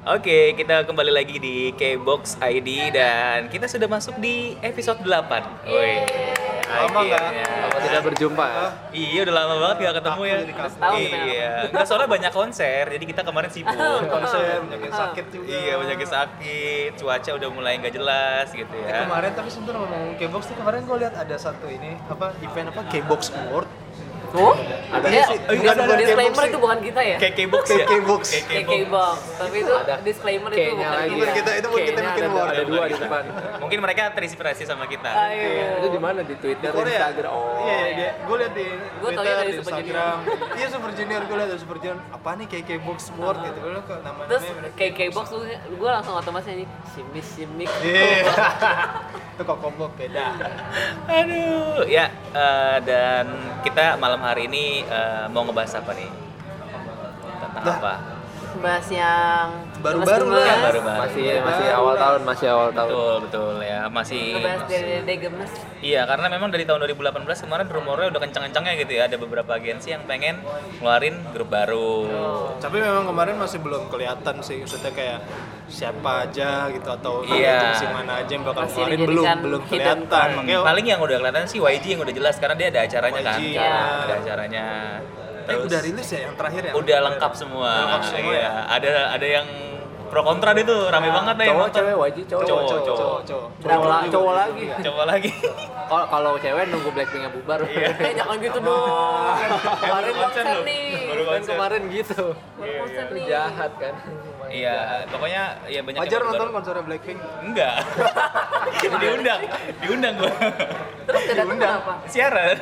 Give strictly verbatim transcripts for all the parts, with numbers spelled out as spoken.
Oke, kita kembali lagi di K-Box I D dan kita sudah masuk di episode delapan. Woi. Lama nggak? Lama tidak berjumpa ya? Iya, udah lama banget gak ketemu ya. Iya. Enggak, soalnya banyak konser, jadi kita kemarin sibuk. Konser, banyak yang sakit juga. Iya, banyak yang sakit, cuaca udah mulai nggak jelas gitu Eh, ya. kemarin tapi sebentar ngomong K-Box tuh kemarin gue lihat ada satu ini apa event apa K-Box Award. Oh, Ada ya, sih. dia Ada- sebuah ada disclaimer K-box itu bukan kita ya? Kayak K-Box ya. K-Box. Kayak K-box, tapi itu Ada disclaimer itu K-nya bukan lagi. kita. Kita itu bukan kita Kayaknya bikin ada, award. ada dua di depan. Mungkin mereka terinspirasi sama kita. Ayo. Itu di mana? Di Twitter, Di Korea. Instagram. Oh. Iya, iya, gue lihat di Gua taunya Twitter, dari di Super Instagram. Iya, Super Junior gue lihat dari Super Junior. Apa nih kayak K-Box Award gitu. Gue lihat kok namanya. Terus kayak K-box tuh gue langsung otomatis nyanyi simik simik. Iya. Itu kok combo beda. Aduh, ya eh, dan kita malam hari ini eh, mau ngebahas apa nih? Tentang Dah. apa? Bahas yang Baru-baru gemes-gemes. Ya, baru-baru. Masih masih awal tahun, masih awal tahun. Betul, betul ya. Masih Ngebahas dari Dede gemes. Iya, karena memang dari tahun dua ribu delapan belas kemarin rumornya udah kencang-kencangnya gitu ya. Ada beberapa agensi yang pengen ngeluarin grup baru. Tapi memang kemarin masih belum kelihatan sih, maksudnya kayak siapa aja gitu atau Iya. agensi mana aja yang bakal Masih ngeluarin, belum dijadikan belum hidden kelihatan. card. Makanya Paling yang udah kelihatan sih Y G yang udah jelas karena dia ada acaranya kan. Y G, Iya, ya. ada acaranya. eh Terus udah rilis ya yang terakhir ya? udah lengkap semua. Udah lengkap semua Iya, ya? ada ada yang pro kontra deh tuh, rame banget deh yang Cowok, nonton. cewek, wajib cowok. Cowok, Cowok, cowok. cowok, cowok. Cowok, la- juga. cowok lagi. Coba lagi. Kalau kalau cewek nunggu Blackpink-nya bubar. Iya. Eh jangan gitu dong. Kemarin konser loh. nih. Baru Kan konser. kemarin gitu. Baru konser Itu nih. jahat kan. Iya, pokoknya ya banyak Wajar yang nonton baru-baru. konser Blackpink? Enggak. diundang, diundang gua. Terus gak datang kenapa? Siaran.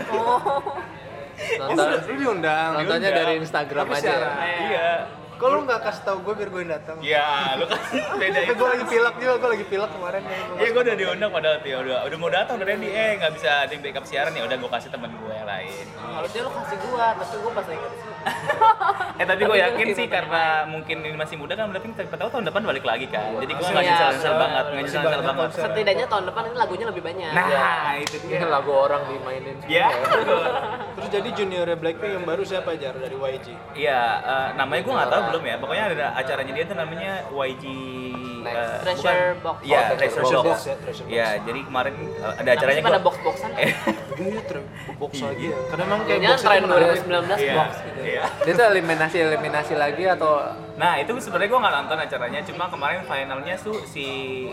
Nonton Lu diundang. nontonnya diundang. dari Instagram Tapi aja. siaran. Iya. Kok lu nggak kasih tau gue biar gue yang datang? Ya, lu kan beda Eh, gue lagi pilek juga, gue lagi pilek kemarin. Iya, gue udah diundang padahal ya udah udah mau datang udah Randy eh nggak bisa ada yang backup siaran ya udah gue kasih teman gue yang lain. Harusnya lu kasih gua, tapi gua pas lagi nggak di sini. Eh tapi gue Tapi yakin gua sih ikut karena mungkin ini masih muda kan Blackpink siapa tahu tahun depan balik lagi kan. Jadi gue Iya, nggak nyesel nyesel betul. banget, nggak nyesel nyesel banget. Setidaknya tahun depan ini lagunya lebih banyak. Nah itu Ini dia. lagu orang dimainin semua. Ya. Terus jadi juniornya Blackpink yang baru siapa aja dari Y G? Iya, eh, namanya gue nggak tahu belum ya. Pokoknya ada acaranya dia tuh namanya Y G Next. eh, Treasure bukan. Box. Iya, Oh, Treasure Treasure Box. Box ya, Treasure Box. Iya, jadi kemarin eh, ada acaranya Nanti pada gua- box-boxan. Eh, Iya, terus box lagi ya. Karena emang kayak Kayaknya box tren itu dua ribu menarik. sembilan belas Iya, box gitu. iya. Dia tuh eliminasi eliminasi lagi atau Nah itu sebenarnya gue nggak nonton acaranya, cuma kemarin finalnya tuh si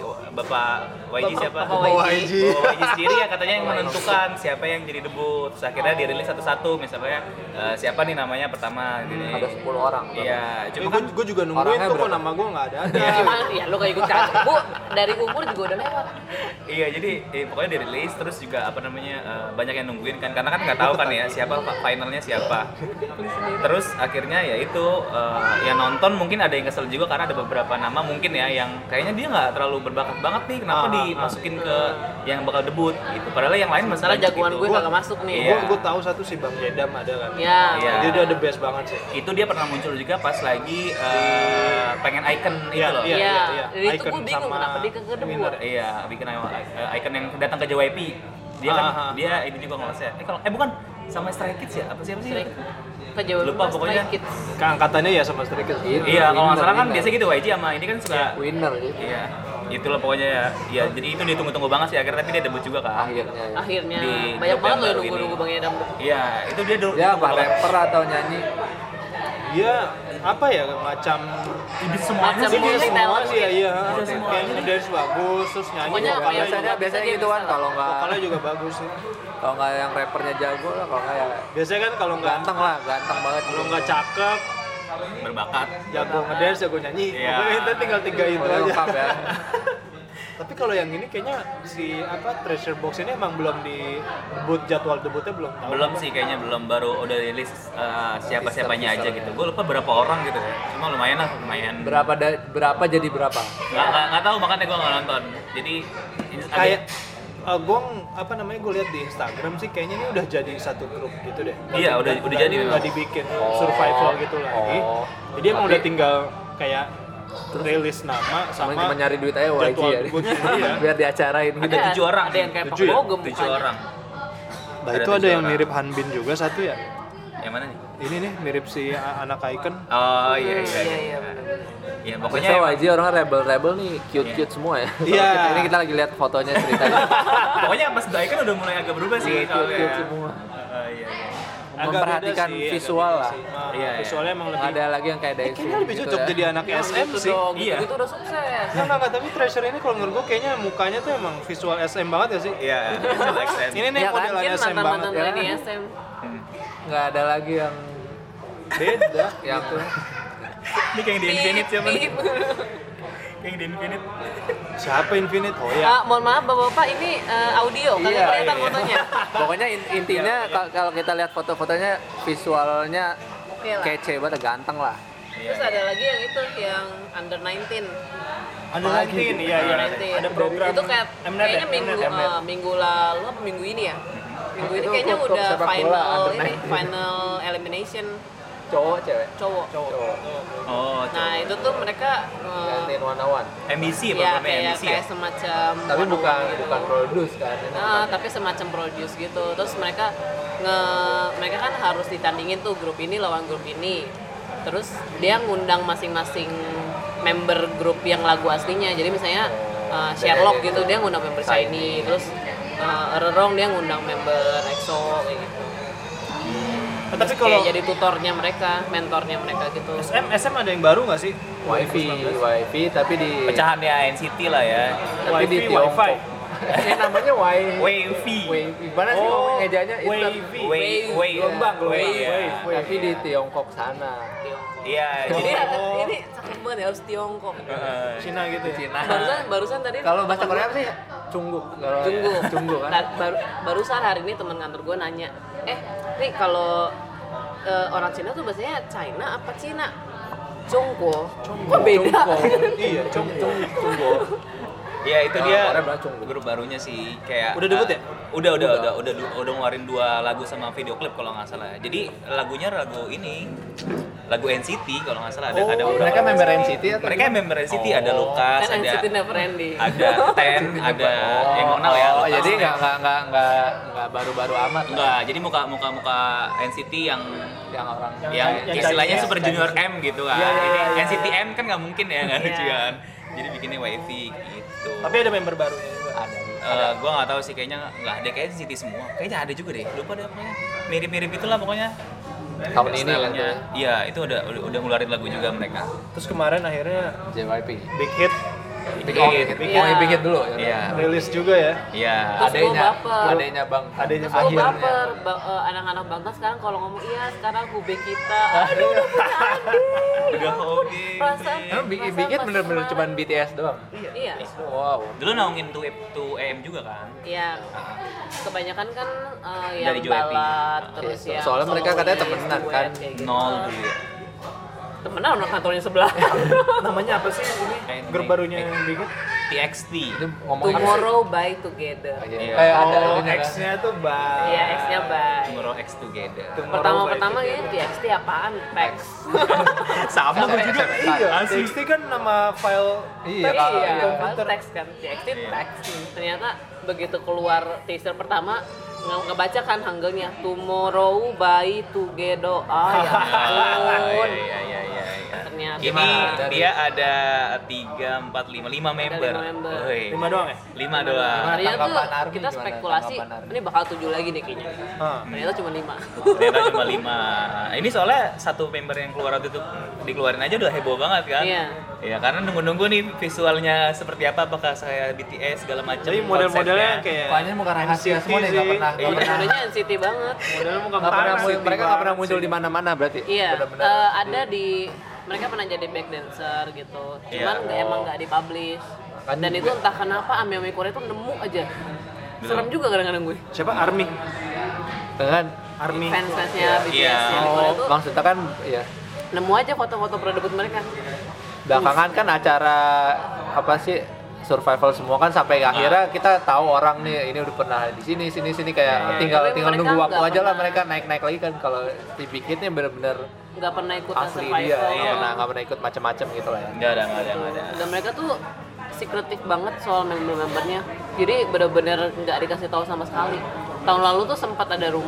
bapak Y G siapa? Bapak Bapak Y G. Bapak Y G sendiri ya katanya yang menentukan siapa yang jadi debut. Terus akhirnya dirilis satu-satu, misalnya eh, siapa nih namanya pertama. Gini. ada sepuluh orang? Iya, Eh, cuma gue, kan gue juga nungguin Orangnya tuh kok berapa? nama gue nggak ada. Ya gimana? Ya lu kayak ikut campur. Bu, dari umur juga udah lewat. iya jadi eh, pokoknya dirilis terus juga apa namanya eh, banyak yang nungguin kan karena kan nggak tahu kan ya siapa fa- finalnya siapa. Terus akhirnya ya itu eh, yang nonton mungkin ada yang kesel juga karena ada beberapa nama mungkin ya yang kayaknya dia nggak terlalu berbakat banget nih kenapa Ah, dimasukin ke yang bakal debut gitu. Padahal yang lain masih Salah lanjut jagoan gitu. gue kagak masuk nih. Iya. Gue gue tahu satu si Bang Jedam ada kan. Ya. Iya. Dia udah the best banget sih. Itu dia pernah muncul juga pas lagi eh, pengen icon itu Iya, loh. iya. Iya. Dari itu Icon gue bingung sama kenapa dia kagak debut. winner. Iya, bikin eh, icon yang datang ke J Y P. Dia kan Ah, ah. dia itu juga ngelasnya. Eh kalau eh bukan sama Stray Kids ya? Apa siapa sih? Stray- Kejauhan Lupa Stray pokoknya. Kids. Keangkatannya ya sama Stray Kids. Iya. Iya, kalau nggak Winner, salah kan winner. biasa gitu Y G sama ini kan suka. winner gitu. Iya, itulah pokoknya ya. Ya jadi itu ditunggu-tunggu banget sih akhirnya tapi dia debut juga kan. Akhirnya ya. Akhirnya Di banyak grup banget yang loh yang baru nunggu-nunggu ini. Bang Edam. Iya, itu dia dulu. Dia apa rapper atau nyanyi? Dia apa ya macam semuanya Macam sih dia dia style semua lagu sih ya, ya. iya. Bisa semua. Kayaknya dari bagus terus nyanyi Pokoknya juga. apa yang Biasanya bisa biasanya dia gitu kan bisa. kalau nggak Vokalnya juga bagus sih. kalau nggak yang rappernya jago lah, kalau nggak ya Biasanya kan kalau nggak ganteng lah, ganteng banget. kalau nggak cakep, berbakat. jago ngedance, jago nyanyi. Iya. Pokoknya kita tinggal tiga itu Udah aja. lengkap ya. Tapi kalau yang ini kayaknya si apa Treasure Box ini emang belum di debut, jadwal debutnya belum tahu. Belum sih kayaknya belum baru udah rilis eh, siapa-siapanya aja gitu. Gue lupa berapa orang gitu ya. Cuma lumayan lah, lumayan. Berapa da- berapa jadi berapa? Nggak, nggak, nggak tahu makanya gue nggak nonton. Jadi ini Kayak uh, gue apa namanya gue lihat di Instagram sih kayaknya ini udah jadi satu grup gitu deh. Iya, udah- udah jadi memang. Udah dibikin survival gitu lagi. Oh. Jadi emang Tapi- udah tinggal kayak rilis nama Sama sama cuma nyari duit aja Y G jadwal ya. debut iya. Biar diacarain gitu. ada tujuh orang. Ada yang kayak Tujuh pakai ya? logam tujuh mukanya. orang. Nah Ada itu tujuh ada yang orang. mirip Hanbin juga satu ya. Yang Yang mana nih? Ini nih mirip si a- anak Icon. Oh iya iya. Iya iya. iya benar-benar. Ya Pokoknya pokoknya Y G orang rebel-rebel nih cute-cute semua ya. Iya. Kita- Ini kita lagi lihat fotonya ceritanya. pokoknya pas Daikan udah mulai agak berubah sih Iya, soalnya. cute-cute semua. Oh, iya iya. Agak Memperhatikan beda sih, agak visual beda lah. sih. Nah, Iya, iya. visualnya emang lebih. Ada lagi yang kayak Eh, Daisy. kayaknya lebih gitu cocok ya. jadi anak S M Gitu sih. dong, Iya. Itu udah sukses. Enggak, enggak, enggak, tapi Treasure ini kalau menurut gue kayaknya mukanya tuh emang visual S M banget ya sih? Iya, visual X M. Ini nih Iya kan? modelan Mungkin S M banget. mantan-mantan ya. ini S M. Hmm. Nggak ada lagi yang Beda. yang Ini kayak yang di Infinite siapa nih? Pip, pip. Kayak yang di Infinite. Siapa Infinite? Oh ya. Ah, mohon maaf bapak-bapak ini eh, audio kagak Iya, kelihatan iya. fotonya. pokoknya in- intinya kal- kalau kita lihat foto-fotonya visualnya Oke lah. kece banget, ganteng lah. Iya. Terus ada lagi yang itu yang under nineteen. Under nineteen, iya iya. Under nineteen. Ada program. Itu kayak Mnet ya? kayaknya minggu Mnet, Mnet. eh, minggu lalu apa minggu ini ya? Minggu ini Itu kayaknya klub- klub udah sepak bola final under ini nineteen. final elimination Cowok cewek. cowok. Cowok. Oh, Nah, itu tuh mereka eh, Gantiin one-on-one. M B C ya programnya kayak M B C ya? kayak semacam Tapi one-on-one bukan gitu. bukan produce kan. Ini Nah, bukan. tapi semacam produce gitu. Terus mereka nge mereka kan harus ditandingin tuh grup ini lawan grup ini. Terus dia ngundang masing-masing member grup yang lagu aslinya. Jadi misalnya uh, Sherlock gitu dia ngundang member Shiny. Terus uh, Ererong dia ngundang member EXO kayak gitu. Eh, tapi Terus kalau kayak jadi tutornya mereka, mentornya mereka gitu. S M S M ada yang baru nggak sih? Wifi, wifi tapi di Pecahannya N C T lah ya. tapi di Wifi, Tiongkok. wifi. Ini namanya wifi. Wavy. Wifi. Gimana sih Oh, ngomong ngejanya? Itu wavy. tapi- Wave, wave, Gelombang, gelombang. Iya. Wave. Tapi di Tiongkok sana. Tiongkok. Iya, jadi Jadi ini cakep banget ya harus Tiongkok. eh, Cina gitu ya. Cina. Barusan barusan tadi Kalau bahasa temen Korea gua- apa sih? Cungguk. Kalau Junggu. Cunggu kan. Nah, baru, barusan hari ini teman kantor gue nanya, eh, nih kalau eh, orang Cina tuh bahasanya China apa Cina? Jongko. Kok beda? Iya, cung cung. Cunggu. ya itu Ah, dia Korea bilang Cunggu. grup barunya sih kayak Udah debut eh, ya? Udah, udah, udah, udah, udah, udah ngeluarin dua lagu sama video klip kalau nggak salah. Jadi lagunya lagu ini, lagu N C T kalau nggak salah ada ada Oh, beberapa. mereka member N C T atau Mereka member N C T, ada Oh. Lukas, Kan ada N C T never ending. ada Ten, ada yang kenal ya. Oh, Lukas, jadi Ten. nggak nggak nggak nggak nggak baru-baru amat. lah. Enggak, jadi muka muka muka N C T yang Yang orang yang yang istilahnya Chinese, Super Junior M gitu kan. Iya, iya, Ini iya. N C T M kan nggak mungkin ya, nggak lucu Iya. kan. Jadi bikinnya wavy gitu. Tapi ada member barunya juga. ada. Eh, gue nggak tahu sih, kayaknya nggak ada, kayaknya N C T semua. Kayaknya ada juga deh, lupa deh pokoknya. Mirip-mirip itulah pokoknya. Tahun ini lah Stylenya. tuh. Iya, itu udah udah, udah ngeluarin lagu juga mereka. Terus kemarin akhirnya J Y P. Big Hit Big Oh, Hit. Big Hit. Iya. Oh, Big Hit dulu ya. Iya. rilis juga ya. Iya. Terus gua Adanya, baper. adanya Bang. Adanya Terus gue akhirnya. baper, ba- eh, anak-anak bangsa sekarang kalau ngomong iya sekarang hube kita, aduh udah punya adik. Udah hobi. Perasaan, Emang Big, perasaan Big Hit pas bener-bener kemarin. cuman B T S doang. Iya, Wow. Dulu naungin tuh tuh E M juga kan. iya. Kebanyakan kan eh, yang Dari Joe Epi. balad, terus Iya, yang soalnya mereka katanya solois, temenan duet, kan. kayak gitu. Nol dulu ya. Temenan orang kantornya sebelah. Namanya apa sih ini? Kayak Grup ini. barunya yang Big Hit? T X T. Ini ngomongin Tomorrow by Together. Iya. Iya. Kayak ada Oh, ininya kan. X-nya tuh Bang. Iya, X-nya by. Tomorrow X Together. Tomorrow Pertama-pertama by ya T X T apaan? Tex. Sama Sampai- gua juga. sampai- Iya, Asli. T X T kan nama file Iya, text kalau- di Iya, komputer. Tex kan. T X T Iya. Tex. Ternyata begitu keluar teaser pertama nge- ngebaca kan hanggelnya Tomorrow by Together. Ah ya ampun. Iya, iya, iya, iya. Ternyata. Ini Gimana? dia ada tiga, empat, lima, lima member. lima member. Woi. Lima doang ya? Lima doang. Ternyata tuh Tanggapan Army kita gimana? spekulasi Tanggapan Army. ini bakal tujuh lagi nih kayaknya. Hah. Ternyata cuma lima. Ternyata cuma lima. Ini soalnya satu member yang keluar waktu itu dikeluarin aja udah heboh banget kan? Iya. Iya, karena nunggu-nunggu nih visualnya seperti apa, apakah saya B T S segala macam. Jadi model-modelnya konsepnya. kayak Pokoknya muka rahasia N C T semua nih, nggak sih. pernah. Iya. Nggak pernah. Modelnya N C T banget. Modelnya muka Nggak pernah panas, muncul, N C T mereka nggak pernah banget muncul sih. di mana-mana berarti. Iya, Benar-benar. eh, ada di mereka pernah jadi back dancer gitu. Cuman Iya. nggak emang nggak dipublish. Makanya Dan juga. itu entah kenapa Ami-Ami Korea tuh nemu aja. Serem juga kadang-kadang gue. Siapa? Army. Dengan Army. Fans-fansnya B T S Iya. yang di Korea oh, tuh maksudnya kan ya nemu aja foto-foto pre-debut mereka. belakangan kan acara apa sih survival semua kan sampai akhirnya kita tahu orang nih ini udah pernah di sini sini sini kayak Iya. tinggal Tapi tinggal mereka nunggu waktu nggak aja lah pernah- mereka naik-naik lagi kan. Kalau T V Kid nih bener-bener Nggak pernah ikut asli survival. dia nggak Iya. pernah nggak pernah ikut macam-macam gitu lah ya. Nggak ada, nggak ada, nggak ada. Dan mereka tuh secretive banget soal member-membernya. Jadi bener-bener nggak dikasih tahu sama sekali. Tahun lalu tuh sempat ada rumor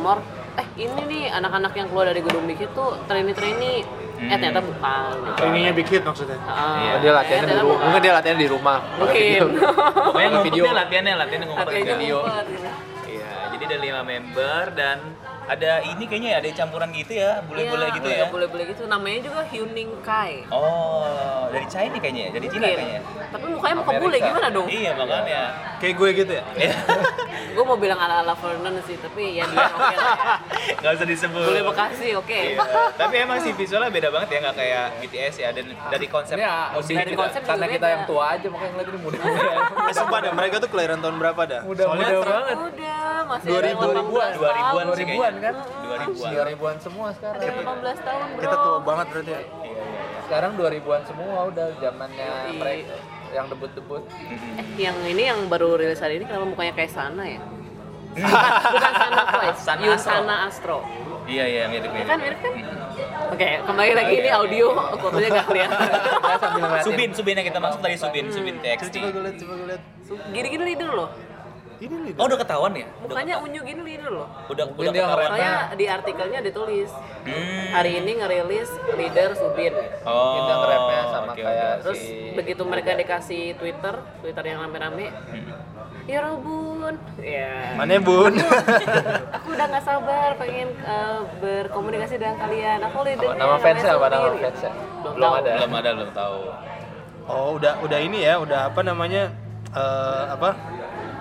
eh ini nih anak-anak yang keluar dari gedung Big Hit tuh trainee-trainee. Hmm. Eh ternyata bukan. Ininya Big Hit maksudnya. Ah, Iya. Oh, dia latihannya di ternyata rumah. bukan. Mungkin dia latihannya di rumah. Mungkin. Pokoknya Video. ngumpetnya latihannya, latihannya ngumpet. Latihannya video. ngumpet, gitu. Iya, jadi ada lima member dan ada ini kayaknya ada campuran gitu ya, bule-bule Iya, gitu iya, ya. Bule-bule gitu. Namanya juga Hyuning Kai. Oh, dari China kayaknya ya, dari Cina Mungkin. kayaknya. Tapi mukanya muka Amerika. bule gimana dong? Iya, makanya. Kayak gue gitu ya. Iya. Gue mau bilang ala-ala Vernon sih, tapi ya dia oke lah ya. Nggak usah disebut. Bule Bekasi oke. Iya. Tapi emang sih visualnya beda banget ya, nggak kayak B T S ya. Dan dari konsep Ini ya, musik dari juga. konsep karena juga kita beda. yang tua aja makanya ngeliat ini muda-muda. Eh, sumpah dah, mereka tuh kelahiran tahun berapa dah? Muda- Soalnya muda ter- banget. Udah, masih dua ada ribu- yang delapan belas dua ribuan tahun. sih dua ribuan kan? dua ribuan. dua ribuan semua sekarang. Ada yang delapan belas tahun, bro. kita tua banget berarti ya. Iya, iya, iya. Sekarang dua ribuan semua udah zamannya Iya. mereka yang debut-debut. Mhm. Eh, yang ini yang baru rilis hari ini kenapa mukanya kayak Sana ya? Bukan, bukan Sana Twice, Sana Yusana Astro. Iya, iya, mirip Ya mirip. kan, mirip kan? Oke, kembali lagi ini audio, fotonya nggak kelihatan. Kita sambil ngeliatin. Subin, Subin yang kita maksud tadi Subin, Subin T X T. Coba gue liat, coba gue liat. Gini-gini lidur loh. Ini nih. Oh, udah ketahuan ya? Udah Mukanya ketahuan. unyu gini lidur loh. Udah Mungkin udah dia ketahuan. ngerem. Soalnya di artikelnya ditulis Hmm. hari ini ngerilis leader Subin. Oh. Kita nge-rapnya sama oke, kayak oke. Terus si- begitu mereka dikasih Twitter, Twitter yang rame-rame, Hmm. ya Robun, ya. Mana bun? Aku udah nggak sabar pengen eh, berkomunikasi dengan kalian. Aku leader. Apa, nama fansnya apa nama fansnya? Belum Belum tahu. ada. Belum ada, belum tahu. Oh, udah udah ini ya, udah apa namanya? eh, apa?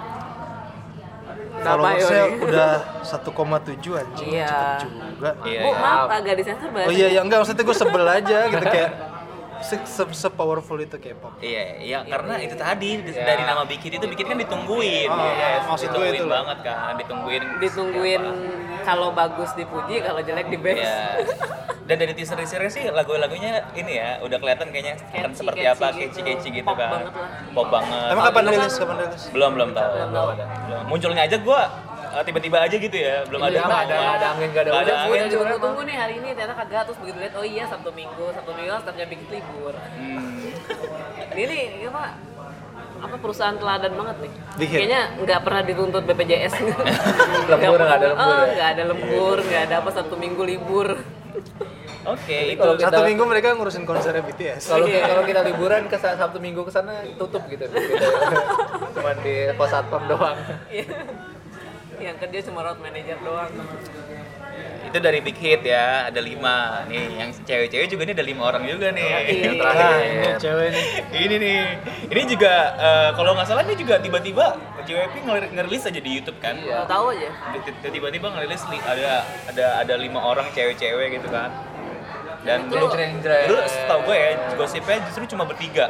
Udah apa, Followersnya Yoi? udah satu koma tujuh anjing, Iya. cepet juga. Iya, Bu, iya. maaf agak disensor bahasa. Oh iya, ya enggak, maksudnya gue sebel aja gitu kayak se, se, se powerful itu K-pop. Iya, iya karena itu tadi Iya. dari nama Big Hit itu Big Hit kan ditungguin. Oh, Yes, maksud gue ditungguin itu loh. banget kan, ditungguin. Ditungguin kalau bagus dipuji, kalau jelek di base. Iya. Dan dari teaser-teasernya sih lagu-lagunya ini ya udah kelihatan kayaknya akan Catchy, seperti catchy apa, gitu. catchy-catchy gitu Pop kan. banget lah. Pop banget. Emang kapan Belum rilis? kan? Kapan rilis? Belum, belum tahu. Belum tahu. Belum. Munculnya aja gua eh, tiba-tiba aja gitu ya, belum ada Iya, nggak ada- nggak ada angin, nggak ada Nggak hujan, angin. semuanya juga. Tunggu-tunggu nih hari ini ternyata kagak, terus begitu lihat oh iya Sabtu Minggu, Sabtu Minggu staffnya bikin libur. Hmm. Ini nih apa apa perusahaan teladan banget nih. Big Hit. Kayaknya nggak pernah dituntut B P J S. Lembur, nggak ada lembur Oh, ya? nggak ada lembur, nggak ada apa Sabtu Minggu libur. Oke, itu kalau kita- Satu minggu mereka ngurusin konsernya B T S. Kalau Iya. kalau kita liburan ke Sa- Sabtu Minggu ke sana tutup gitu. Cuman di pos satpam doang. Yang kerja cuma road manager doang. itu dari Big Hit ya, ada lima. Nih, yang cewek-cewek juga nih ada lima orang juga nih. Yang Nah, terakhir. ini cewek nih. ini nih, ini juga eh, kalau nggak salah ini juga tiba-tiba J Y P ngelir- ngerilis aja di YouTube kan. Iya. Tahu tahu aja. Tiba-tiba ngerilis li- ada ada ada lima orang cewek-cewek gitu kan. Dan Itu dulu, jreng-jreng. dulu setahu gue ya gosipnya justru cuma bertiga,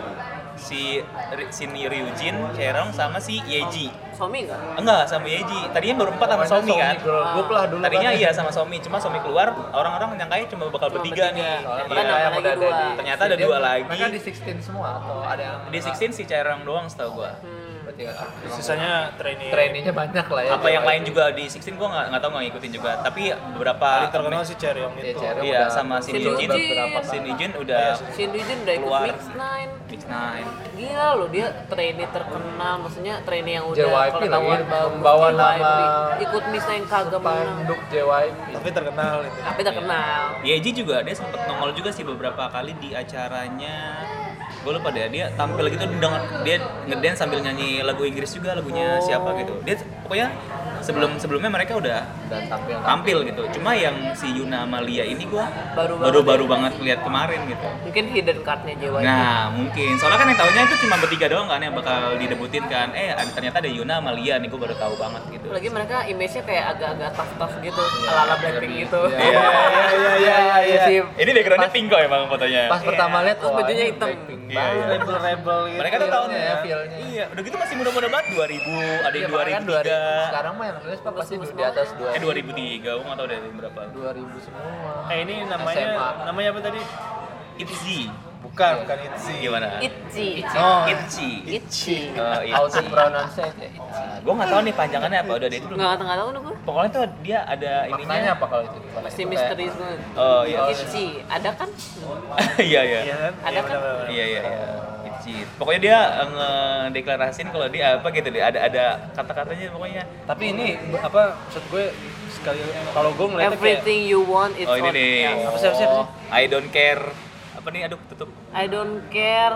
si Ri- si Ryujin, Chaerong sama si Yeji. Somi nggak? Enggak, sama Yeji. Tadinya baru empat sama Pokoknya Somi kan. girl group lah dulu Tadinya kan. iya sama Somi, cuma Somi keluar, orang-orang nyangkanya cuma bakal Cuma bertiga, bertiga. nih. Soalnya Iya. mereka yang Lagi udah ada dua. di- Ternyata ada Dia- dua lagi. Mereka di enam belas semua atau ada yang Di enam belas si Chaerong doang setahu gua. Hmm. berarti nggak- Sisanya trainee. trainee-nya banyak lah ya. Apa yang lain juga di enam belas gua nggak nggak tahu nggak ngikutin juga. Tapi beberapa Paling terkenal si Chaeryeong Iya, itu. Chaeryeong Iya, udah- sama Shin Shin Yujin. Yujin. Shin Yujin udah Shin Yujin udah ikut Keluar. Mix Nine. Mix Nine. Gila loh, dia trainee terkenal, maksudnya trainee yang J udah Y P pengetahuan lagi, bagus. membawa J Y P. nama- Ikut Miss yang kagak menang. Spanduk J Y P. Tapi terkenal itu. Tapi terkenal. Yeji juga dia sempat nongol juga sih beberapa kali di acaranya. Gue lupa deh, dia tampil gitu dengan dia ngedance sambil nyanyi lagu Inggris juga, lagunya siapa gitu. Dia pokoknya sebelum sebelumnya mereka udah Dan tampil tampil gitu. Cuma yang si Yuna Amalia ini gua Baru baru banget. baru banget lihat kemarin gitu. Mungkin hidden cardnya J Y P. Nah mungkin soalnya kan yang tahunya itu cuma bertiga doang kan yang bakal didebutin kan. Eh ada- ternyata ada Yuna Amalia nih, gue baru tahu banget gitu. Lagi mereka image-nya kayak agak-agak tough-tough gitu, ala-ala Blackpink gitu. Iya. Iya. Iya iya iya sih. Ini backgroundnya pink kok emang fotonya. Pas pertama lihat Terus wah, bajunya ini hitam. Blackpink Iya, banget. iya. Rebel-rebel gitu. Mereka tuh tahun Feel-nya ya, feel-nya. Iya, udah gitu masih muda-muda banget dua ribu, ada Iya, yang dua makanya ribu kan dua ribu. tiga. Sekarang mah yang rilis Pak, pasti di atas dua Eh dua ribu tiga, gue nggak tahu dari berapa. dua ribu semua. Eh ini namanya S M A. namanya apa tadi? Itzy. Bukan, bukan Itzy. Gimana? Itzy. Oh, Itzy. Itzy. Oh, How to Itzy. pronounce it ya. Gue nggak tahu nih panjangannya apa, udah dari dulu. Nggak nggak tahu nih gue. Pokoknya tuh dia ada Maknanya ininya. apa kalau itu? Masih misterius banget. Oh iya. Itzy. Ada kan? Iya iya. Iya kan? Ada Iya, kan? benar-benar. Iya iya iya. Itzy. Cheat. Pokoknya dia eh, ngedeklarasiin kalau dia apa gitu deh. Ada ada kata-katanya pokoknya. Tapi ini apa maksud gue sekali kalau gue ngeliatnya kayak Everything you want it's Oh ini on. nih. Ya. Apa sih, apa sih, apa sih? I don't care. Apa nih? Aduh, tutup. I don't care.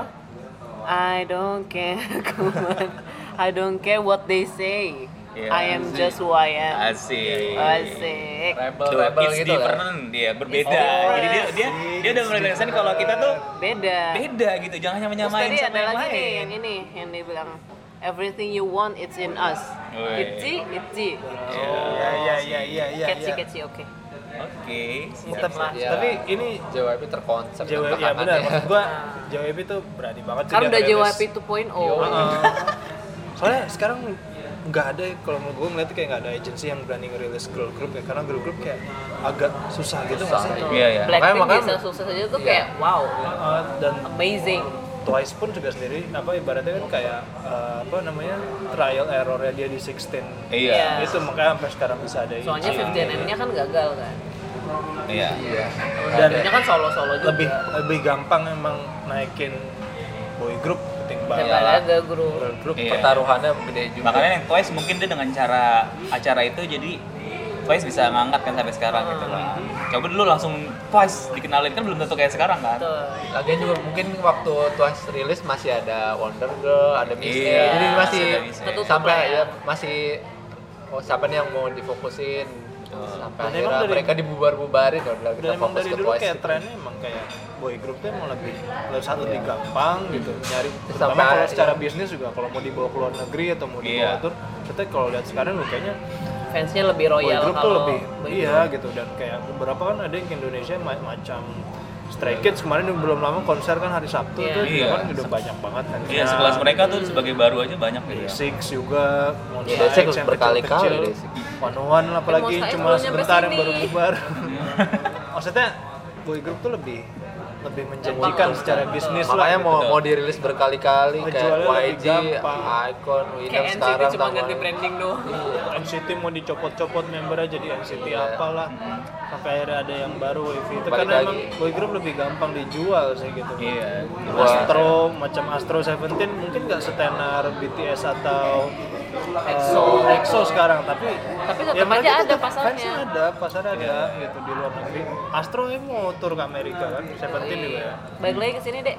I don't care. Come on. I don't care what they say. Iya, I am asik. just who I am. Asik. Asik. Rebel Tuh, rebel it's gitu lah. different dia berbeda. It's different. Jadi dia dia dia udah mulai ngerasain kalau kita tuh Beda. beda gitu. Jangan Terus nyamain tadi sama ada yang lagi nih lain. yang ini yang dia bilang everything you want it's in us. Woi. Itzy, itzy. iya iya iya iya iya. Catchy, iya. catchy, oke. Oke. siap. Tapi, Ya. tapi ini J Y P terkonsep J W P ya benar maksud gua J W P tuh berani banget sih Kan dia udah J Y ngerilis. P two point oh. Heeh. Soalnya sekarang nggak ada kalau menurut gue ngeliatnya kayak nggak ada agency yang berani ngerilis girl group ya karena girl group kayak agak susah gitu nggak Susah, sih? Iya ya. Blackpink Makanya- bisa sukses aja tuh Iya. kayak wow, Uh, dan amazing. Twice pun juga sendiri apa ibaratnya kan kayak uh, apa namanya trial errornya dia di sixteen Iya. itu makanya sampai sekarang bisa ada ini. Soalnya fifteen M-nya kan gagal kan. Iya. Iya. Dan Dia kan solo-solo juga. lebih lebih gampang emang naikin boy group ketimbang Daripada grup. girl group. Iya. Pertaruhannya gede juga. Makanya yang Twice mungkin dia dengan cara acara itu jadi Twice bisa ngangkat kan sampai sekarang gitu kan. Coba dulu langsung Twice dikenalin kan belum tentu kayak sekarang kan. Betul. Lagian juga mungkin waktu Twice rilis masih ada Wonder Girl, ada Missy. Iya, Jadi masih masih ada Missy. Ketutup sampai lah ya. ya masih oh siapa nih yang mau difokusin. Sampai Dan akhirnya emang dari- mereka dibubar-bubarin ya udah kita Dan emang fokus dari ke dulu Twice. kayak trennya emang kayak boy group tuh emang lebih lebih satu lebih gampang gitu nyari Sampai terutama kalau ada- secara iya. bisnis juga kalau mau dibawa ke luar negeri atau mau dibawa Iya. tur kita kalau lihat sekarang loh kayaknya Fansnya lebih boy royal group tuh kalau lebih boy iya gitu dan kayak beberapa kan ada yang ke Indonesia ma- macam Stray Kids kemarin belum lama konser kan hari Sabtu Iya. tuh Iya. kan udah banyak banget kan Iya, sekelas mereka tuh sebagai baru aja banyak gitu. Day Six juga Monsta Day Six X yang berkali-kali, kecil-kecil. Day Six. One One apalagi Monsta X cuma belum nyampe sebentar yang sini. baru bubar maksudnya boy group tuh lebih lebih menjanjikan Betul. secara bisnis lah Makanya gitu. mau Betul. mau dirilis berkali-kali kayak Ngejualnya lebih Y G, gampang. Icon, Winner Kayak N C T sekarang cuma sama- ganti branding doang. N C T mau dicopot-copot membernya jadi N C T Iya. apalah sampai akhirnya ada yang baru Wavy itu Balik karena lagi. emang boy group lebih gampang dijual sih gitu Iya. Astro macam Astro Seventeen mungkin nggak setenar B T S atau uh, EXO. EXO sekarang tapi Tapi tetap ya mereka aja ada tetap pasarnya. fansnya ada pasar ada gitu di luar negeri Astro ini mau tur ke Amerika kan Seventeen juga ya Balik lagi ke sini, Dek.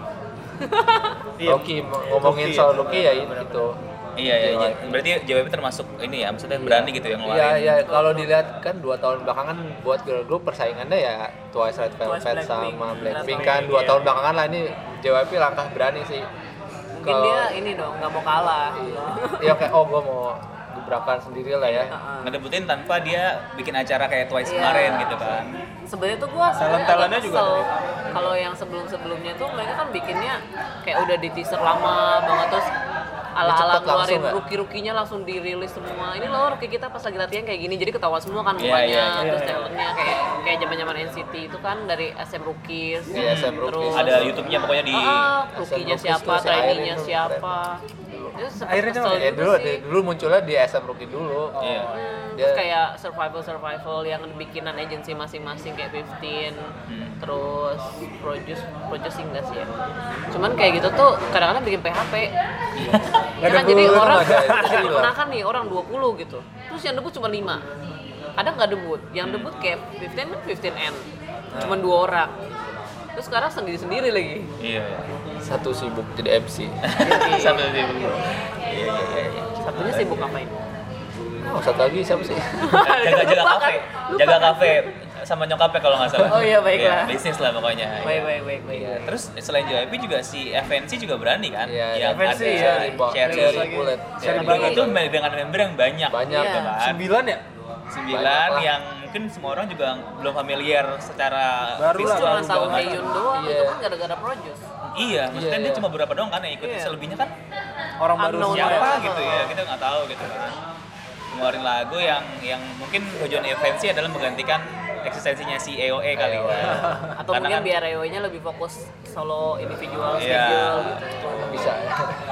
Iya. Loki ngomongin Loki, soal ya. Loki ya Bener-bener. itu. Iya, iya, iya. Berarti J Y P termasuk ini ya, maksudnya berani gitu yang Iya, ngeluarin. iya. Kalau dilihat kan dua tahun belakangan buat girl group persaingannya ya Twice, Red Velvet Blackpink. sama Blackpink Blackpink, kan dua iya. tahun belakangan lah ini J Y P langkah berani sih. Mungkin dia ini dong, nggak mau kalah. Iya kayak oh gua mau gebrakan sendiri lah ya. Heeh. Ngedebutin tanpa dia bikin acara kayak Twice Iya. kemarin gitu kan. Sebenarnya tuh gua sebenarnya Talent-talentnya agak juga kesel. dari- Kalau yang sebelum-sebelumnya tuh mereka kan bikinnya kayak udah di teaser lama banget terus ala-ala Cepet langsung ngeluarin nggak? rookie-rookinya langsung dirilis semua. Ini loh rookie kita pas lagi latihan kayak gini jadi ketawa semua kan Iya, mukanya iya, iya, terus iya. talentnya kayak kayak zaman-zaman N C T itu kan dari S M Rookies. Iya, S M Rookies. Terus Ada YouTube-nya pokoknya di Ah, rookie-nya S M Rookies siapa, tuh si trainee-nya Irene tuh siapa. Itu sempet Irene kesel tuh, Ya juga dulu sih. dari dulu munculnya di S M Rookie dulu. Iya. Hmm, Dia- terus kayak survival survival yang bikinan agensi masing-masing kayak fifteen Hmm. terus produce produce enggak sih ya cuman kayak gitu tuh kadang-kadang bikin P H P Nggak ada kan jadi guru, orang nggak ada jadi istilah. keponakan nih orang dua puluh gitu terus yang debut cuma lima ada nggak debut yang debut kayak fifteen kan fifteen N cuma dua orang terus sekarang sendiri-sendiri lagi Iya. Satu sibuk jadi M C. Sambil di Iya, iya, iya, iya. satunya sibuk ngapain Oh, satu lagi siapa sih? Jaga jaga Lupa kafe. kan? Lupa Jaga kan? kafe sama nyokapnya kalau nggak salah. Oh iya, baiklah. Iya, bisnis lah pokoknya. baik Iya. baik baik baik Iya. Terus selain J Y P juga si F N C juga berani kan? Iya, yang F N C, ada iya. Cherry, Cherry lagi. Bullet. Cherry Cherry Bullet Bullet. itu dengan member yang banyak. Banyak. gitu Iya. kan. sembilan ya Sembilan Banyak lah. yang mungkin semua orang juga belum familiar secara Baru lah, visual cuma baru tahu segala macam. Taeyun doang Iya. itu kan gara-gara produce Iya, maksudnya Iya, dia iya. cuma beberapa doang kan yang ikut. Iya. Selebihnya kan orang baru Unknown semua ya. siapa ya. gitu ya, kita nggak tahu gitu kan. Ngeluarin lagu yang yang mungkin tujuan F N C adalah menggantikan eksistensinya si A O A kali A O A. ya. atau Karena mungkin kan- biar R O I-nya lebih fokus solo individual Iya. schedule gitu. Bisa ya.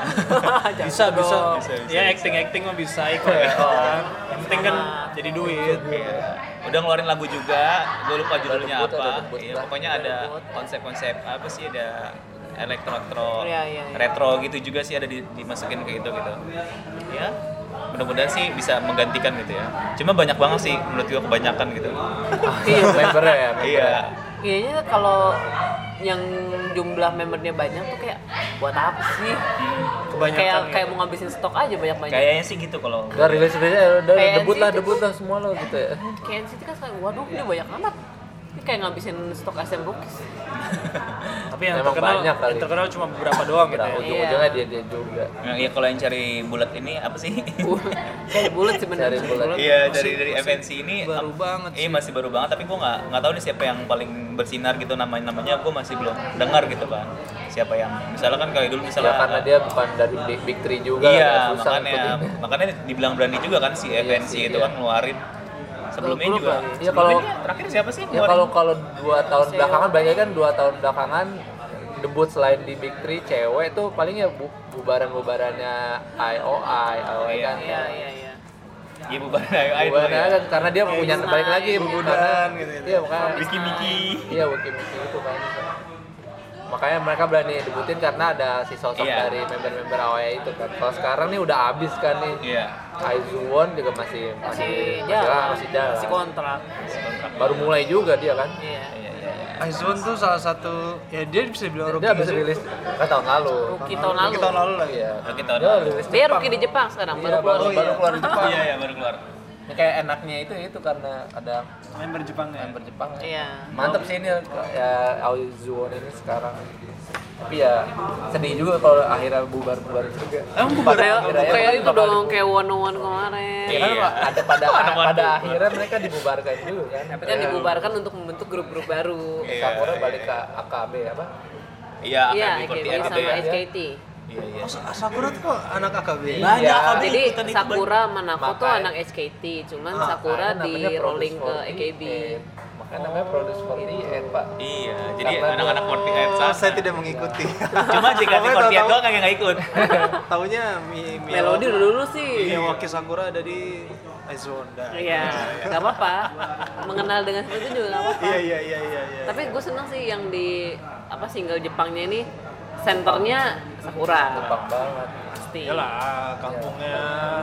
Jangan bisa gitu bisa, dong. Bisa, bisa, ya bisa. acting acting mah bisa kok ya kan yang penting kan jadi duit Iya. Udah ngeluarin lagu juga, gue lupa judulnya debut, apa. ada debut Iya, lah. pokoknya Ada ada debut. konsep-konsep apa sih ada elektro-elektro Iya, iya, iya. retro gitu juga sih ada di, dimasukin ke itu gitu. Ya, mudah-mudahan sih bisa menggantikan gitu ya. Cuma banyak banget sih menurut gua kebanyakan gitu. Iya. membernya ya membernya. Iya. Kayaknya kalau yang jumlah membernya banyak tuh kayak buat apa sih? Kebanyakan Kayak gitu. kayak mau ngabisin stok aja banyak-banyak. Kayaknya sih gitu kalau Udah rilis rilis ya udah Kayak debut lah N C T debut tuh. lah semua lo gitu ya. Kayak N C T kan kayak waduh ini banyak amat. Ini kayak ngabisin stok S M Rookies. Tapi yang Emang terkenal, banyak kali. yang terkenal cuma beberapa doang gitu Udah ya. ujung-ujungnya dia dia juga. Nah, iya kalau yang cari bulat ini apa sih? Kayak bulat sih bener. Cari bulat. Iya Masih- dari dari masih F N C ini baru ap- banget Iya sih. masih baru banget tapi gue nggak nggak tahu nih siapa yang paling bersinar gitu namanya namanya gue masih belum dengar gitu kan siapa yang misalnya kan kayak dulu Ya misalnya karena dia bukan dari big, big three juga. iya agak susah makanya ngikutin. makanya dibilang berani juga kan si F N C sih, itu iya. kan ngeluarin sebelumnya Grup juga lagi. Iya, sebelumnya kalau- terakhir siapa sih Ya ngeluarin? kalau kalau dua tahun Seo. belakangan banyak kan dua tahun belakangan debut selain di Big Three cewek tuh paling ya bu, bubaran-bubarannya I O I, I O I Iya, kan. Iya iya iya. Iya bukan Idol Bubarannya ya. kan karena dia punya Bukan. balik lagi Bubudan karena- gitu, gitu. Iya makanya. Wiki Miki Iya Wiki Miki itu kan. Makanya mereka berani debutin karena ada si sosok Iya. dari member-member A O I itu kan. Kalau sekarang nih udah habis kan nih. iya Aizuwon juga masih Masih masih jalan. masih jalan. Masih kontrak. Baru mulai juga dia kan. Iya. iya iya iya. Aizone tuh salah satu ya dia bisa dibilang rookie Dia habis nggak sih? rilis kan tahun lalu. Rookie tahun lalu. Rookie tahun lalu lagi. Iya. Rookie tahun Dia lalu. rilis Dia Jepang. rookie di Jepang sekarang Iya, baru keluar. baru, Oh, baru iya. keluar di Jepang. iya iya baru keluar Ini kayak enaknya itu itu karena ada Member Jepangnya. member Jepang. ya. Iya. Mantep sih ini ya Aizuwon ini sekarang. Tapi ya sedih juga kalau akhirnya bubar-bubar juga. Emang bubar? Pada Kayak akhirnya kayak kan itu bakal dong dibubar. kayak one on one kemarin. Ya kan Iya. ada pada One-on-one pada bubar. akhirnya mereka dibubarkan juga kan. Tapi kan dibubarkan untuk membentuk grup-grup baru. Iya, Sakura iya, balik iya. ke A K B apa? iya Iya, A K B A K B empat puluh delapan sama itu ya S K T. iya iya Oh, Sakura tuh kok anak A K B. Banyak Iya. A K B Jadi ikutan itu, Sakura Manako tuh Makanya. anak S K T, cuman Ah, Sakura Makanya di namanya rolling ke Produce A K B. forty-eight. Makanya namanya Produce forty-eight, Pak. iya jadi Karena anak-anak dia- forty eight Oh, sana saya tidak mengikuti. cuma jika di forty eight doang kagak nggak ikut Taunya Mi, Mi Melodi dulu sih. Miyawaki Sakura ada di Aizone. Dah. Iya, nggak apa-apa. Mengenal dengan itu juga nggak apa-apa. Iya iya iya iya iya. Tapi gue seneng sih yang di apa single Jepangnya ini senternya Sakura. Jepang banget. Pasti. Iyalah, kampungnya.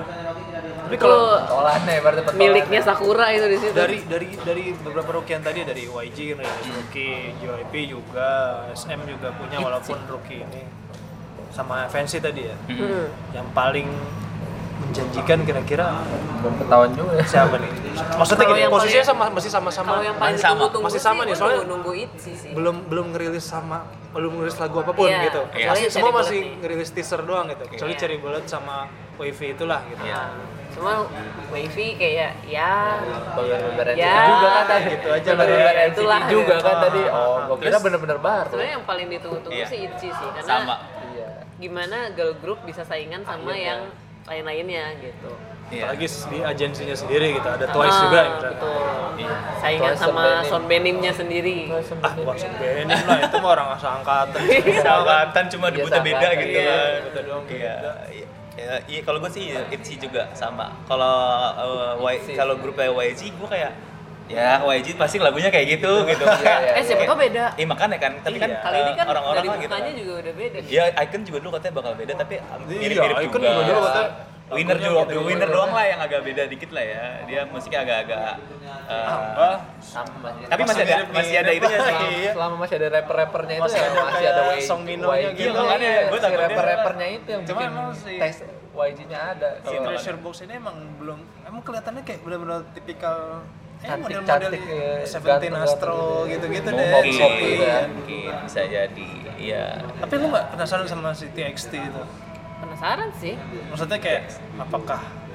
Tapi Itu kalau Tolannya berarti petolannya. miliknya Sakura itu di situ. dari dari dari beberapa rookie yang tadi dari Y G kan rilis rookie, J Y P juga, S M juga punya walaupun rookie ini sama F N C tadi ya. Hmm. Yang paling menjanjikan kira-kira belum ketahuan juga. siapa nih? Maksudnya Kalau gini, yang posisinya paling- sama masih sama-sama. Kalau yang paling Masih sama. ditunggu-tunggu Masih sama sih, nih, gua soalnya nunggu, nunggu Itzy sih. belum belum ngerilis sama belum ngerilis lagu apapun Iya, gitu. kecuali Masih Cherry semua Bullet masih nih. ngerilis teaser doang gitu. Kecuali Iya. Cherry Bullet sama Wavy itulah gitu. Iya. Cuma Wavy kayak ya Member-member N C T Ya, juga kan tadi. gitu aja lah. Member-member N C T Itulah. juga kan Ah, tadi. ah, Oh, ah. gua kira Terus- bener-bener baru. sebenarnya yang paling ditunggu-tunggu Iya. sih Itzy sih karena sama Iya. gimana girl group bisa saingan sama Akhirnya. yang lain-lainnya gitu. iya Apalagi di agensinya sendiri gitu. Ada Twice Ah, juga misalnya. betul. Iya. Saingan Twice sama Son Son Benimnya sendiri. Ah, wah Benin lah itu mah orang seangkatan. Angkatan cuma Iya, debutnya beda seangkatan. gitu Iya, kan. debutnya doang Iya. beda. Iya. Ya, iya kalau gue sih Itzy juga sama. Kalau uh, Y- Itzy. kalau grupnya Y G gue kayak ya Y G pasti lagunya kayak gitu gitu. Iya, iya, Eh siapa tau beda. Iya makanya kan, tapi kan Iya. Kali ini uh, kan orang-orang dari lah gitu mukanya kan. juga udah beda nih. Ya Icon juga dulu katanya bakal beda tapi um, Iya, mirip-mirip Icon juga. juga dulu katanya Winner lagunya juga, gitu. winner doang lah yang agak beda dikit lah ya. Dia musiknya agak-agak uh, Apa? Sama masih. tapi masih ada mirip-mirip. masih ada itunya sih. Iya. Selama masih ada rapper-rappernya itu Masih ya ada masih ada kayak Y G. Song Minonya Y G. gitu. Iya, Makanya gua si takutnya- rapper-rappernya itu yang Cuma bikin emang si- tes Y G-nya ada. Si Kalau- Treasure Box ini emang belum emang kelihatannya kayak benar-benar tipikal eh model-model Cantik-cantik ya, Seventeen ganteng-ganteng Astro gitu. gitu-gitu deh. Mungkin, Si- mungkin, iya. mungkin bisa jadi. Iya. Tapi lu nggak penasaran sama si T X T itu? Penasaran sih. Maksudnya kayak apakah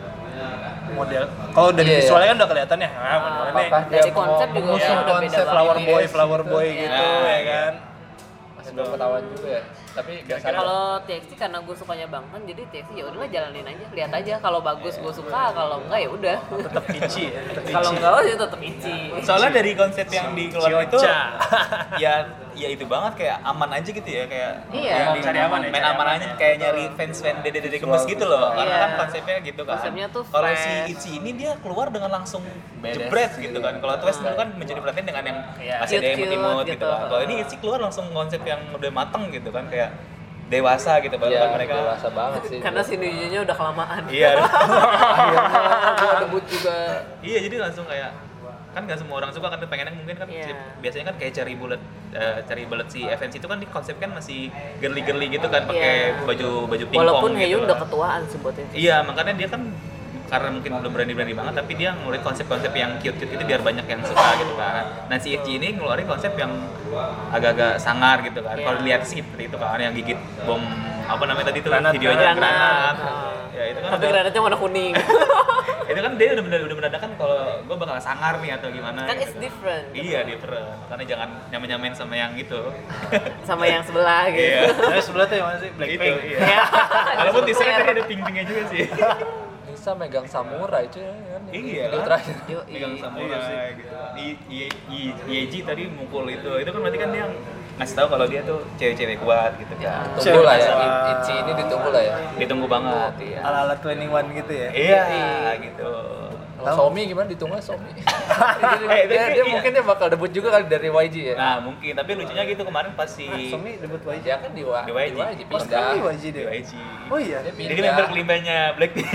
model kalau dari Iya, iya. visualnya kan udah kelihatan ya, ah, model ini Apakah dia Dari konsep mau juga mengusung udah beda konsep banget. flower boy, T X T flower gitu? boy Iya. gitu Nah, ya iya. kan. Masih belum ketahuan juga ya. Tapi biasanya Kalau T X T karena gue sukanya Bangtan jadi T X T ya udahlah jalanin aja, lihat aja kalau bagus gue suka, kalau enggak ya udah. Tetap itchy ya, tetap Kalau itchy. enggak ya tetap Itzy. Soalnya dari konsep yang dikeluarin itu Cioca. ya ya itu banget kayak aman aja gitu ya kayak Iya. yang Mau cari aman ya, main cari aman aman aja ya. kayak nyari fans-fans dede-dede gemes gitu loh karena Iya. kan konsepnya gitu kan. Konsepnya tuh Kalau si fresh. Itzy ini dia keluar dengan langsung Beres jebret gitu gitu ya. kan. Kalau Twice dulu kan mencuri perhatian dengan yang Iya. masih ada yang Cute-cute imut-imut gitu gitu. kan. Kalau ini Itzy keluar langsung konsep yang udah mateng gitu kan kayak dewasa gitu baru Iya, kan mereka. dewasa banget sih. Karena si Nujunya udah kelamaan. Iya. akhirnya gua debut juga. Iya jadi langsung kayak kan nggak semua orang suka kan pengennya mungkin kan Iya. si- biasanya kan kayak cari bullet eh, cari bullet si F N C itu kan di konsep kan masih girly-girly gitu kan pakai Iya. baju baju pingpong Walaupun gitu Heyun lah. udah ketuaan sih buat itu. Iya makanya dia kan karena mungkin belum berani-berani banget tapi dia ngeluarin konsep-konsep yang cute-cute itu biar banyak yang suka gitu kan. Nah si Itzy ini ngeluarin konsep yang agak-agak sangar gitu kan. Iya. Kalau dilihat sih seperti itu kan yang gigit bom apa namanya tadi tuh Granat, videonya granat. granat. Ah. Ya itu kan Tapi udah- granatnya warna kuning. itu kan dia udah benar udah menandakan kalau gue bakal sangar nih atau gimana Kan gitu. it's different. Iya different karena jangan nyamain-nyamain sama yang itu Sama yang sebelah gitu. iya Nah, sebelah tuh yang mana sih? itu Blackpink. iya Iya. walaupun di sana tadi ada pink-pinknya juga sih Nisa megang samurai cuy kan. iya Video terakhir. Yo, pegang i- samurai gitu I- I- I- Yeji tadi mukul itu itu kan berarti kan dia ngasih tahu kalau dia tuh cewek-cewek kuat gitu kan Tunggu lah ya. Cewek. Itzy ini ditunggu lah ya. ditunggu banget iya Ala-ala twenty one gitu ya. iya gitu Kalau Somi gimana ditunggu Somi? Eh, dia, tapi dia iya. mungkin dia bakal debut juga kali dari Y G ya. nah mungkin tapi lucunya gitu kemarin pas si Somi debut Y G. Dia kan di, wa- Di Y G. di Y G Oh, sekarang pindah. di Y G di deh. Y G Oh iya. Dia jadi pindah. member kelimbanya Blackpink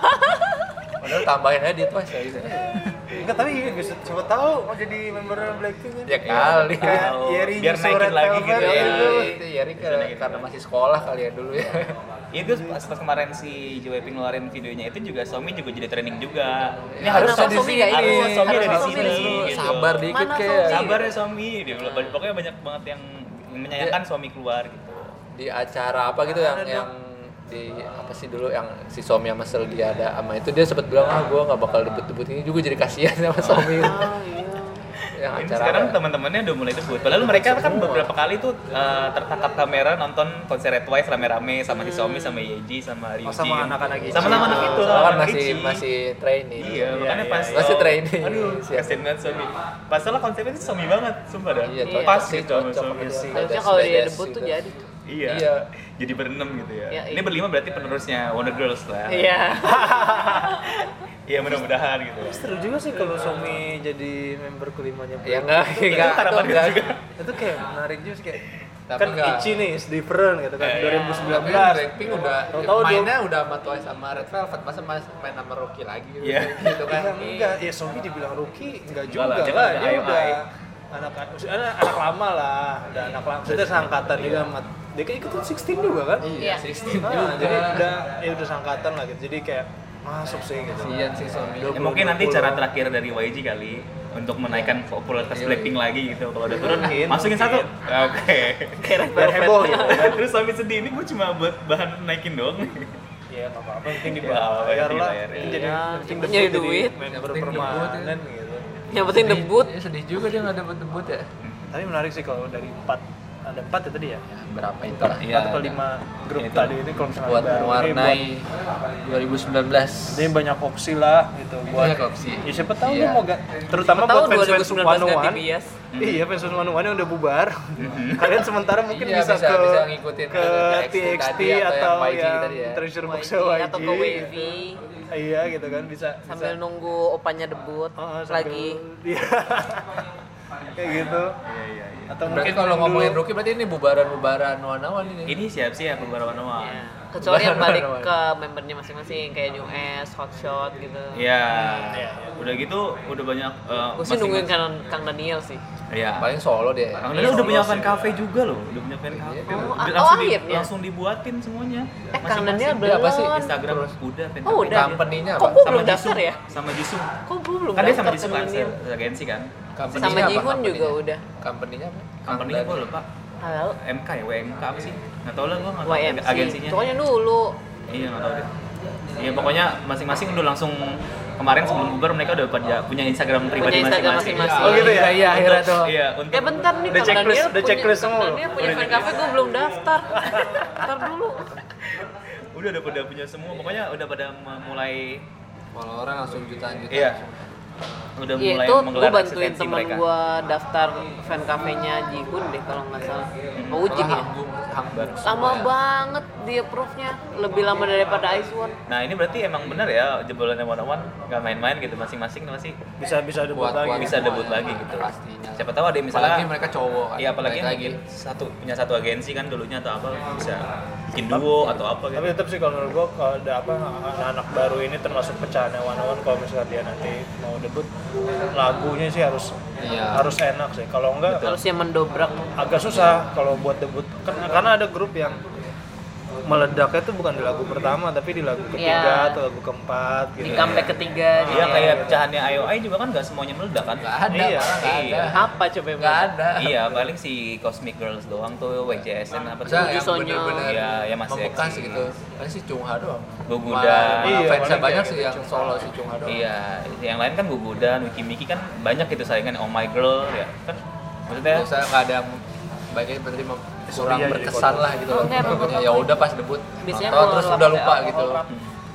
Padahal tambahin aja dia Twice ya gitu. Enggak, tapi bisa coba tahu mau jadi member Blackpink kan. Ya kali. Kayak Oh, Yeri biar nyusul naikin Red lagi Velvet gitu Ya, ya. gitu. itu Yeri ke- karena masih sekolah kali ya dulu ya. itu pas, pas kemarin si J Y P ngeluarin videonya itu juga Somi juga jadi trending juga ini Harusnya harusnya di di sini. sini harusnya Somi Harusnya ada di Somi sini di sini. gitu. Sabar dikit Mana kayak. Somi? sabar ya Somi dia bilang, pokoknya banyak banget yang menyayangkan Somi keluar gitu Di acara apa gitu yang yang di apa sih dulu yang si Somi sama Sel dia ada sama itu dia sempat bilang ah gue nggak bakal debut-debut ini juga jadi kasihan sama Somi. Oh iya. Yang ini acara sekarang apa? teman-temannya udah mulai debut padahal mereka kan beberapa kali tuh uh, tertangkap kamera nonton konser Red Twice rame-rame sama si Somi sama Yeji sama Ryuji Oh, sama anak-anak Itzy. sama anak itu Soalnya sama kan anak masih Itzy. masih training. Iya, makanya iya, pas iya. Masih training. Aduh, Siap. kasian banget Somi. Masalah konsepnya itu Somi banget, sumpah dah. Iya, cocok pas sih, gitu sama cocok Somi. sama dia. Harusnya Badass, kalau dia badass debut tuh gitu. jadi. Iya. Iya. Jadi berenam gitu ya. Iya, Ini iya. berlima berarti penerusnya Wonder Girls lah. Iya. Iya, mudah-mudahan gitu. Seru juga sih kalau Somi jadi member kelimanya. Ya enggak, Itu enggak, harapan itu enggak. juga. Itu kayak menarik juga sih kayak Tapi kan enggak. Itzy nih is different gitu kan Eh, dua ribu sembilan Tapi belas. Blackpink udah Tahu-tahu mainnya udah sama Twice sama Red Velvet, masa mas main sama Rookie lagi gitu, Iya. gitu kan. Enggak, enggak, ya Somi dibilang rookie enggak juga Enggak lah, dia lah, kan dia udah udah I O I. anak maksudnya anak, anak lama lah, udah anak lama, maksudnya seangkatan juga sama dia kan ikutin sixteen juga kan? Iya, Iya. sixteen Nah, juga. jadi udah ya udah seangkatan lah gitu, jadi kayak masuk sih gitu. Kasian sih Somi. Ya, mungkin nanti cara terakhir dari Y G kali untuk menaikkan popularitas Iya. Blackpink lagi gitu. Kalau udah turun, Mungkin, masukin satu. Oke. Biar heboh gitu. Terus Somi sedih ini gue cuma buat bahan naikin doang. Iya, nggak apa-apa, penting Iya, dibayar lah. dibayar, Penting iya. jadi Iya, penting nyari debut jadi duit. member Yang penting debut, permanen ya. gitu. Yang penting debut. Ya, sedih juga dia nggak debut-debut ya. Tapi menarik sih kalau dari empat ada empat ya tadi ya. Berapa itu lah. Iya. Empat atau lima grup Itu. tadi ini kalau misalnya Buat baru ini mewarnai dua ribu sembilan belas. buat ini banyak opsi lah gitu buat Banyak opsi. ya siapa tahu Iya. dia mau gak terutama Tahu buat dua ribu fans-fans sembilan belas ganti One bias. Iya, fans One One yang udah bubar. Kalian sementara mungkin Iya, bisa, bisa- ke bisa ngikutin ke ke T X T tadi atau atau yang Y G yang tadi ya. Treasure Box Y G Y G atau ke Wavy Iya gitu kan bisa sambil bisa. nunggu opanya debut Oh, sambil- lagi. Iya. Kayak gitu. Iya, iya, iya. Atau Berarti mungkin kalau yang ngomongin dulu- rookie berarti ini bubaran-bubaran One ini. Ini siap sih ya beberapa nama. Ya. Kecuali yang balik Benar, ke membernya masing-masing kayak New S, Hotshot gitu. Iya. Iya, Udah gitu udah banyak uh, Gue sih nungguin Kang, Kang Daniel sih. Iya. Paling solo dia. Kang Iya, Daniel udah punya solo fan sih. cafe juga loh, udah punya fan cafe. Iya. Oh, Udah oh, langsung, di- akhirnya? langsung dibuatin semuanya. Eh, Kang Masing-masing. Daniel Dia belum. apa sih? Instagram Terus. udah fan Oh, cafe. udah. Company-nya Kok apa? gue Sama belum Jisung, daftar ya? sama Jisung. Kok gue belum Kan dia daftar sama ke Jisung kan, Daniel? agensi kan. Company-nya Sama apa? Jihun Company-nya? juga udah. Company-nya apa? Company-nya gue lupa. Halo. M K ya, W M K apa sih? Nggak tahu lah gue nggak tahu Y M C. agensinya. Pokoknya dulu. Iya nggak tahu deh. Iya pokoknya masing-masing udah langsung kemarin sebelum bubar mereka udah pada punya Instagram pribadi Punya Instagram masing-masing. masing-masing. Oh gitu ya? Iya, iya, akhirnya tuh. Iya untuk Eh bentar nih Udah Kang checklist- Daniel udah punya, checklist semua Kang loh. Daniel punya Udah fan checklist. cafe gue belum daftar. Ntar dulu. udah udah pada punya semua pokoknya udah pada m- mulai Kalau orang langsung jutaan-jutaan. iya udah Iya mulai itu gue menggelar bantuin eksistensi temen mereka. gue daftar fan cafe-nya Jihun deh kalau nggak salah. Mau uji Malah ya. Hanggung, Hangbar Lama semua ya. banget dia approve-nya, lebih lama daripada Ice One. Nah ini berarti emang benar ya jebolannya One on One nggak main-main gitu, masing-masing masih bisa bisa debut Buat- lagi. buat bisa semua debut ya, lagi gitu. pastinya. Siapa tahu ada yang misalnya Apalagi mereka cowok kan. Iya apalagi Balik mungkin satu punya satu agensi kan dulunya atau apa bisa bikin duo atau apa gitu. Tapi tetap sih kalau menurut gua kalau ada apa anak-anak baru ini termasuk pecahannya One on One, kalau misalnya dia nanti mau debut lagunya sih harus Iya. harus enak sih. Kalau enggak Harus yang mendobrak. agak susah kalau buat debut kan karena ada grup yang meledaknya tuh bukan di lagu pertama tapi di lagu ketiga Iya. atau lagu keempat gitu. Di comeback ketiga. Iya gitu. kayak pecahannya I O I juga kan nggak semuanya meledak kan? Nggak ada, Iya. malah nggak Iya. ada. Apa coba yang Nggak beda? ada. Iya paling si Cosmic Girls doang tuh W J S N apa tuh? Masa yang Sonyo. bener-bener Iya, yang masih membekas eksis. gitu. Paling si Chungha doang. Gugudan. Malah- Iya, malah fansnya paling banyak kayak sih gitu, yang Chungha. solo si Chungha doang. Iya, yang lain kan Gugudan, Wiki Miki kan banyak gitu saingan Oh My Girl ya kan maksudnya Terus saya nggak ada yang baiknya berarti mem- kurang Surya jadi berkesan foto. lah gitu Oh, loh. enggak, emang Pokoknya ya udah pas debut Biasanya nonton mau terus lap- udah lupa lap- gitu. lap-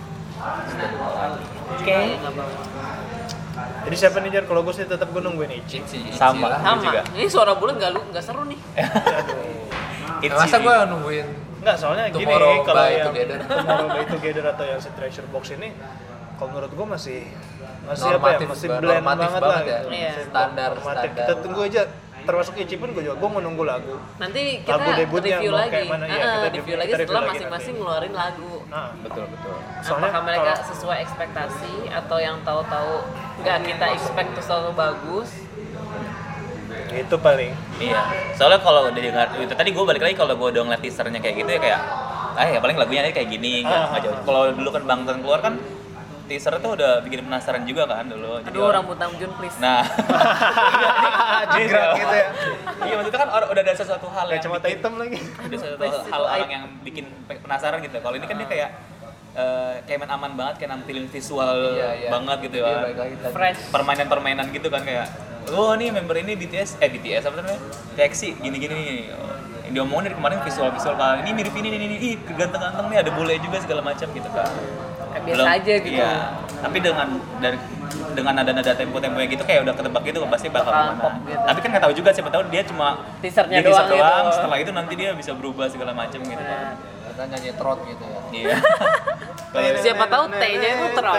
Oke. Jadi siapa nih Jar? Kalau gue sih tetap gue nungguin Ichi. Itzy, Itzy Sama. lah. Sama. juga. Ini suara bulan nggak lu nggak seru nih. It's Masa easy. gue nungguin Enggak, soalnya gini Tomorrow kalau by yang Together. Tomorrow by Together atau yang si Treasure Box ini kalau menurut gue masih masih apa ya? Normatif Masih banget, blend normatif banget, banget lah ya. gitu. Iya. Masih Standar, normatif. standar. Kita tunggu aja. Termasuk Ichi pun gue juga gue mau nunggu lagu. Nanti kita Lagu debutnya review mau lagi. kayak mana, iya, Ah, kita review review- lagi kita review setelah lagi masing-masing nanti. ngeluarin lagu. Nah, Betul betul. soalnya Apakah mereka kalau- sesuai ekspektasi atau yang tahu-tahu nggak kita expect tuh selalu bagus? itu paling. Iya. Soalnya kalau udah dengar itu tadi gue balik lagi kalau gue udah ngeliat teasernya kayak gitu ya kayak ah ya paling lagunya kayak gini nggak Ah. nggak jauh. Kalau dulu kan Bangtan keluar kan teaser tuh udah bikin penasaran juga kan dulu. Jadi Aduh, orang- rambut Namjoon please. Nah, Jegrek gitu ya. Iya maksudnya kan or- udah ada sesuatu hal yang Kacamata bikin- hitam lagi. ada sesuatu please, hal itu orang aib. yang bikin pe- penasaran gitu. Kalau ini kan dia kayak eh, kayak main aman banget kayak nampilin visual Iya, iya. banget gitu Iya, ya. balik lagi tadi. Fresh. Permainan-permainan gitu kan kayak oh nih member ini B T S eh B T S apa namanya? T X I gini-gini nih. Oh, yang diomongin dari kemarin visual-visual kali ini mirip ini ini ini ih ganteng-ganteng nih ada bule juga segala macam gitu kan. Kayak biasa aja gitu. Iya. Tapi dengan dari dengan nada-nada tempo-tempo yang gitu kayak udah ketebak gitu pasti bakal Bakalan kemana. pop gitu. Tapi kan nggak tahu juga siapa tahu dia cuma Teasernya di teaser doang gitu. Setelah itu nanti dia bisa berubah segala macam gitu kan. Kita nyanyi trot gitu ya. Iya. Siapa tahu T-nya itu terot.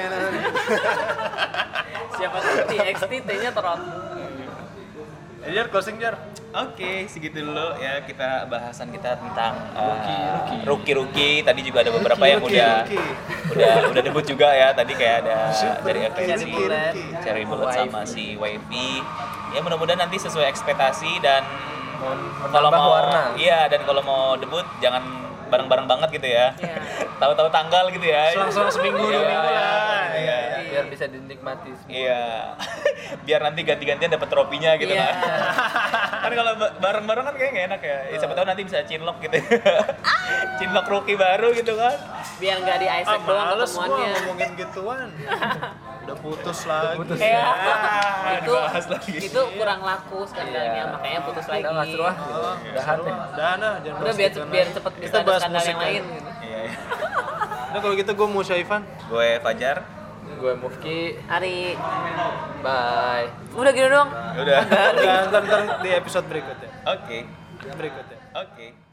Siapa tahu T X T T-nya terot. Eh, Jar, closing Jar. Oke, segitu dulu ya kita bahasan kita tentang uh, rookie-rookie. Tadi juga ada beberapa yang Rookie, udah rookie. udah udah debut juga ya. Tadi kayak ada Super dari rookie, F N C, rookie, rookie. Cherry Bullet sama si Y V. Ya mudah-mudahan nanti sesuai ekspektasi dan kalau menambah mau warna. iya dan kalau mau debut jangan bareng-bareng banget gitu ya. Iya. Tahu-tahu tanggal gitu ya. Selang-selang seminggu, dua Iya, minggu lah. Iya. Biar bisa dinikmati semua. Iya. Biar nanti ganti-gantian dapat tropinya gitu Iya. kan. Kan kalau ba- bareng-bareng kan kayak nggak enak ya. Ya, siapa tahu nanti bisa cinlok gitu. Cinlok rookie baru gitu kan. Biar nggak di Ah, Isaac doang males gua ketemuannya. ngomongin gituan. Udah putus lagi. putus. Iya. Ah, itu dibahas lagi. itu kurang laku skandalnya Iya. makanya putus lagi. Udah nggak seru ah. gitu. Udahan deh. Dana, jangan Udah bahas biar gituan biar lagi. cepet bisa Kita ada bahas skandal musik yang aja. lain gitu. Iya. iya. Udah kalau gitu gue mau Syaifan. Gue Fajar. Gue Mufki. Hari Bye. udah gitu doang. Udah. Ntar, ntar, ntar di episode berikutnya. Oke. Berikutnya. Oke.